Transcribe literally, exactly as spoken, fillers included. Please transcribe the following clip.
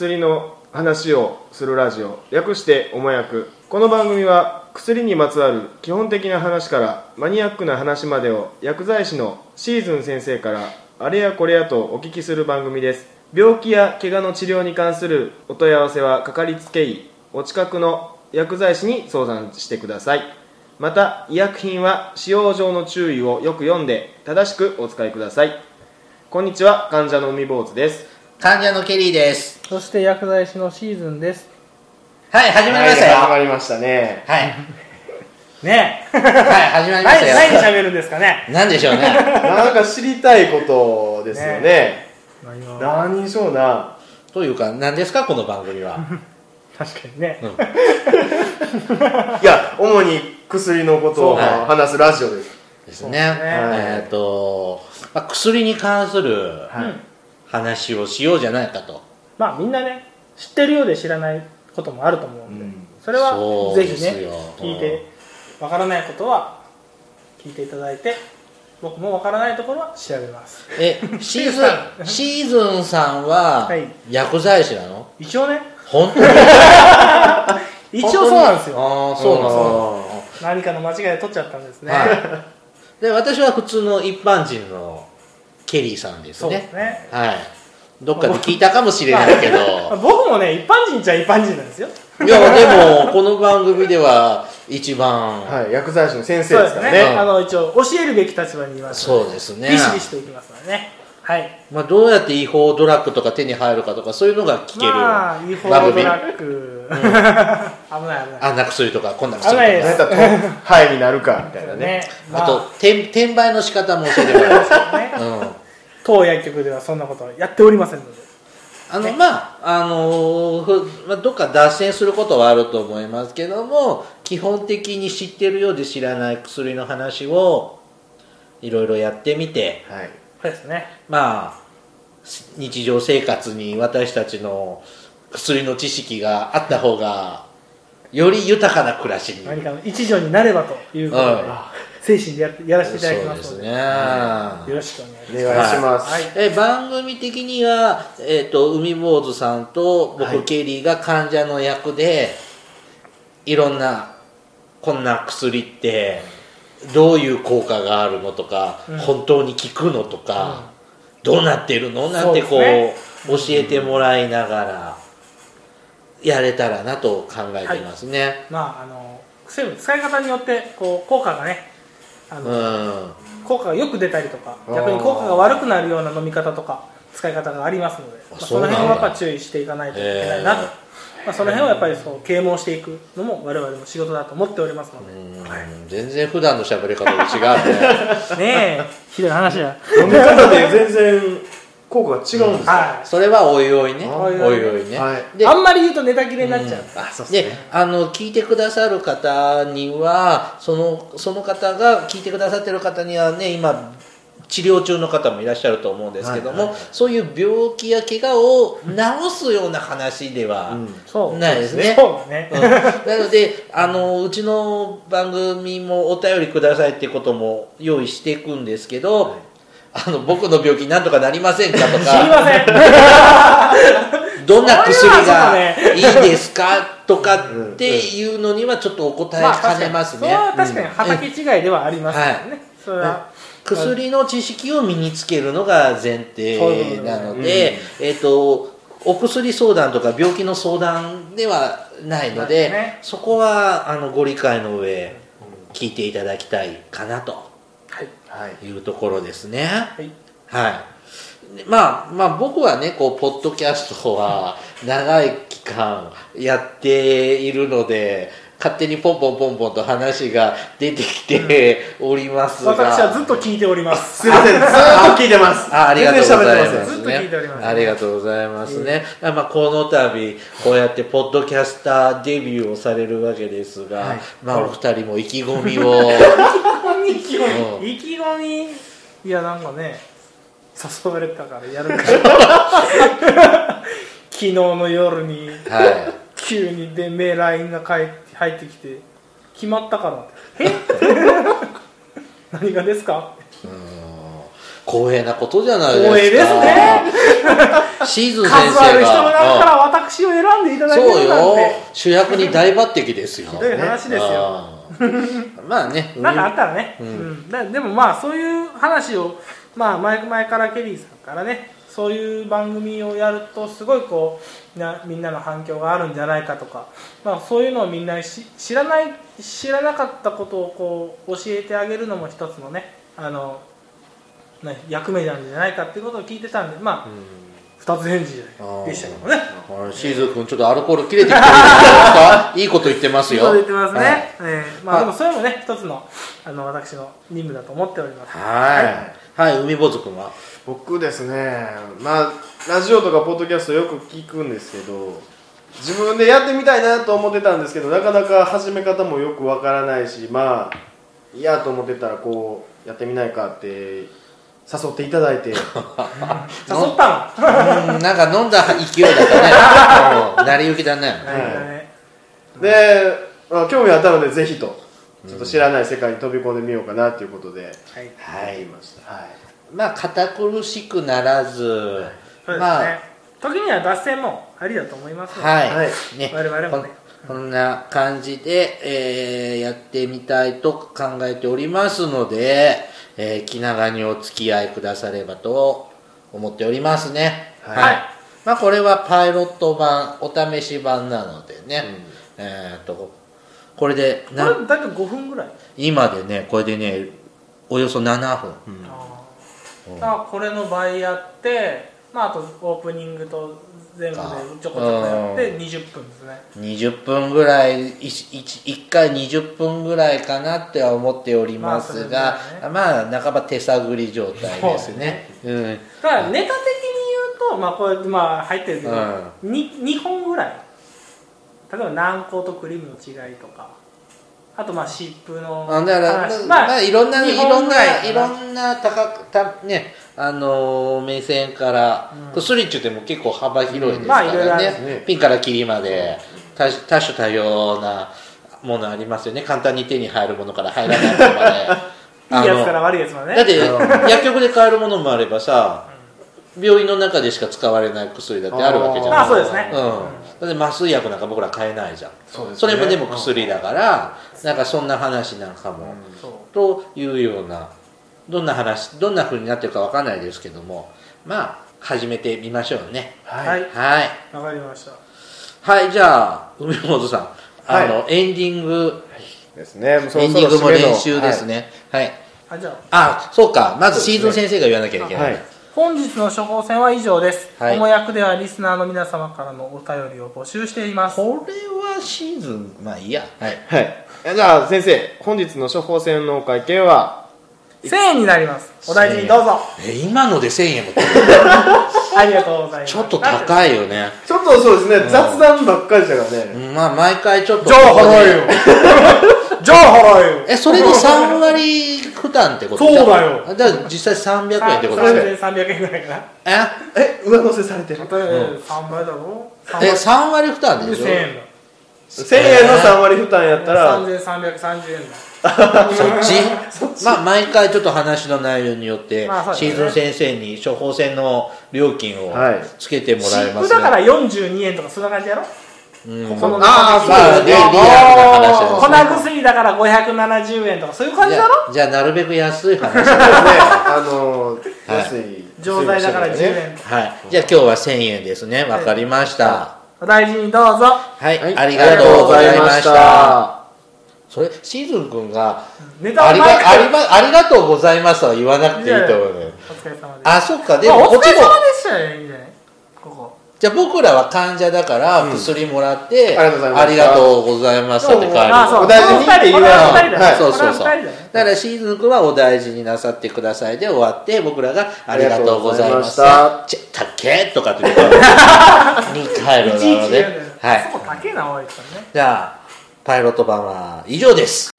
薬の話をするラジオ、略しておもやく。この番組は薬にまつわる基本的な話からマニアックな話までを薬剤師のシーズン先生からあれやこれやとお聞きする番組です。病気や怪我の治療に関するお問い合わせはかかりつけ医、お近くの薬剤師に相談してください。また医薬品は使用上の注意をよく読んで正しくお使いください。こんにちは、患者の海坊主です。 患者のケリーです。 そして薬剤師のシーズンです。 はい、始まりましたよ。 はい、始まりましたね。 はいねえ。 はい、始まりましたよ。 何何喋るんですかね。 何でしょうね。 なんか知りたいことですよね。 ね何でしょうな。 というか、何ですかこの番組は。 確かにね、 うん、 いや、主に薬のことを話すラジオです。 ですね。えっと、まあ、薬に関する話をしようじゃないかと。 まあみんなね、知ってるようで知らないこともあると思うんで、うん、それはぜひね聞いて、わからないことは聞いていただいて、僕もわからないところは調べます。 え、シーズンシーズンさんは薬剤師なの？ 一応ね。 本当に一応そうなんですよ。 ああ、そうなんですよ。何かの間違いで取っちゃったんですね。 はい、で、私は普通の一般人のケリーさんですね。 そうですね。 はい。どっかで聞いたかもしれないけど僕もね、一般人っちゃ一般人なんですよ。 いや、でもこの番組では一番、 はい、薬剤師の先生ですからね。 そうですね、あの一応教えるべき立場にいますので、 そうですね、 ビシビシといきますのでね。はい。 まあ、どうやって違法ドラッグとか手に入るかとか、そういうのが聞ける、 まあ、違法ドラッグ、うん、危ない危ない、 あんな薬とかこんな薬とか、 どうやったらハイになるかみたいなね。 ね、 まあ、あと転, 転売の仕方も教えてもらいますよね。うん、 当薬局ではそんなことはやっておりませんので、 あの、ね、まああのーまあ、どっか脱線することはあると思いますけども、基本的に知ってるようで知らない薬の話をいろいろやってみて、 はい、そうですね、 まあ日常生活に私たちの薬の知識があった方がより豊かな暮らしに、 何かの一助になればということで、うん、精神で や, やらせていただきますので、 そうですね、 よろしくお願いします。 お願いします。 はい、え番組的には、えー、と海坊主さんと僕、はい、ケリーが患者の役でいろんなこんな薬ってどういう効果があるのとか、うん、本当に効くのとか、うん、どうなってるのなんてこう、ね、教えてもらいながらやれたらなと考えてますね。はい、 まああの薬の使い方によってこう効果がね、あの、うん、効果がよく出たりとか、逆に効果が悪くなるような飲み方とか使い方がありますので、まあ、その辺はやっぱ注意していかないといけないなと、まあ、その辺をやっぱりそう啓蒙していくのも我々の仕事だと思っておりますので、 うん、はい、全然普段の喋り方と違うね。 ねえ、ひどい話や。 飲み方で全然効果が違うんですか、うん、 はい、それはおいおいね、おいおいね、 はい、であんまり言うとネタ切れになっちゃう、うん、 あ、そうですね、であの聞いてくださる方にはその、その方が聞いてくださってる方にはね、今治療中の方もいらっしゃると思うんですけども、はいはいはい、そういう病気や怪我を治すような話ではないですね。 そうね、 うん、なのであのうちの番組もお便りくださいっていうことも用意していくんですけど、はい、あの僕の病気なんとかなりませんかとか、 知りませんどんな薬がいいですかとかっていうのにはちょっとお答えかねますね。 まあ、確かに畑違いではありますよね、うん、それは薬の知識を身につけるのが前提なので、うん、えーと、お薬相談とか病気の相談ではないので、ね、そこはあのご理解の上聞いていただきたいかなというところですね。はい、はい、まあ、まあ僕はね、こうポッドキャストは長い期間やっているので勝手にポンポンポンポンと話が出てきておりますが、 私はずっと聞いております。 すいません、ずっと聞いてます。 あ、ありがとうございます、ね、 ずっと聞いております、ね、 ありがとうございますね。うん、まあ、この度こうやってポッドキャスターデビューをされるわけですが、はい、まあお二人も意気込みを意気込み、意気込み、いやなんかね、誘われたからやるから昨日の夜に、はい、急にでメール ライン が返って入ってきて決まったからってえ何がですか。 うーん、光栄なことじゃないですか。 光栄ですね。 シーズン先生が数ある人の中から私を選んでいただけそうるなんよて主役に大抜擢ですよひどい話ですよ、 あまあねなんかあったらね、 うんうん、だでもまあそういう話を、まあ、前前からケリーさんからねそういう番組をやるとすごいこうなみんなの反響があるんじゃないかとか、まあ、そういうのをみんなし知らない知らなかったことをこう教えてあげるのも一つのねあのね役目なんじゃないかっていうことを聞いてたんでまあ、うん二つ返事でしたけどね。 シーズン君ちょっとアルコール切れてきてるんですかいいこと言ってますよ。 いいこと言ってますね。 はいえー、まあでもそれもね一つのあの私の任務だと思っております。 はいはい、海坊主君は僕ですねまあラジオとかポッドキャストよく聞くんですけど自分でやってみたいなと思ってたんですけどなかなか始め方もよくわからないしまあいやと思ってたらこうやってみないかって誘っていただいて誘ったのうんなんか飲んだ勢いだったね成り行きだね、 はい、で、まあ、興味あったのでぜひとちょっと知らない世界に飛び込んでみようかなということで、 はい、 言いました、はい、 まあ堅苦しくならず、はい、 そうですね、 まあ、 時には脱線もありだと思いますので、 はい、 はいね、 我々もねこんな感じで、えー、やってみたいと考えておりますので、えー、気長にお付き合いくださればと思っておりますね。 はい。はい、 まあこれはパイロット版、お試し版なのでね。うん、えっとこれでこれだいたいごふんぐらい。 今でねこれでねおよそななふん。うん、 ああ、これの倍やって、まああとオープニングと全部でちょこちょこやってにじゅっぷんですね。 にじゅっぷんぐらい い, いっかいにじゅっぷんぐらいかなっては思っておりますが、まあ、ね、まあ半ば手探り状態ですね。うん、 だからネタ的に言うとまあこれまあ入ってるけど、うん、に, にほんぐらい例えば軟膏とクリームの違いとかあとまあ湿布の話だからまあ、まあ、いろんないろんないろんな高くたねあのー、目線から、うん、スリッチっても結構幅広いですからね、うんまあ、ねピンからキリまで多多種多様なものありますよね。簡単に手に入るものから入らないものまでいいやつから悪いやつまでね。 だって薬局で買えるものもあればさ病院の中でしか使われない薬だってあるわけじゃない。 ああそうですね、 うん、だって麻酔薬なんか僕ら買えないじゃん。 そ, うです、ね、それもでも薬だから、うん、なんかそんな話なんかも、うん、というようなどんな話どんな風になってるかわかんないですけどもまあ始めてみましょうね。 はいはいわかりました。 はいじゃあ海本さんあの、はい、エンディングですね。もうそろエンディングも練習ですね。はい、はい、 あじゃああそうかまずシーズン先生が言わなきゃいけない、 はい、本日の処方箋は以上です。はい、おもやくではリスナーの皆様からのお便りを募集しています。 これはシーズンまあいいや。はい、 はい、じゃあ先生本日の処方箋のお会計はせんえんになります。お大事にどうぞ。 え今のでせんえんもありがとうございます。 ちょっと高いよね。 ちょっとそうですね、うん、雑談ばっかりだからね、 うん、まあ毎回ちょっとじゃあ払えよじゃあ払えよえそれでさんわり負担ってことそうだよ。 だから実際さんびゃくえんってことですね。 さんぜんさんびゃくえんぐらいかな。 ええ上乗せされてる、 うん、さんばいだろ。 えさんわり負担でしょ。 せんえんだ。 せんえんのさんわり負担やったらさんぜんさんびゃくさんじゅうえんだ。 そっちまあ毎回ちょっと話の内容によって、まあね、シーズン先生に処方箋の料金をつけてもらいますね。 湿布だからよんじゅうにえんとかそんな感じやろ。 うん、 ここのああそうリアルな話です、ね、粉薬だからごひゃくななじゅうえんとかそういう感じだろ。 じゃあなるべく安い話ですねあのー、安い錠剤だからじゅうえんとか、 はい、じゃあ今日はせんえんですね。わかりました、はい、 お大事にどうぞ。 はい、はい、ありがとうございました。それシーズン君がネタありがあり、ま、ありがとうございますは言わなくていいと思うね。 お疲れ様です。 あ、そっか。でもこっちもお疲れ様でしたよ。いいんじゃないここ。 じゃあ僕らは患者だから薬もらって、うん、 ありがとうございましたって帰る。 お大事にって言うわ。 そうそうそう。だからシーズン君はお大事になさってくださいで終わって僕らがありがとうございました。ちったっけとかって言ってに帰るので、 はい。そこ高えなおいね。 じゃあパイロット版は以上です。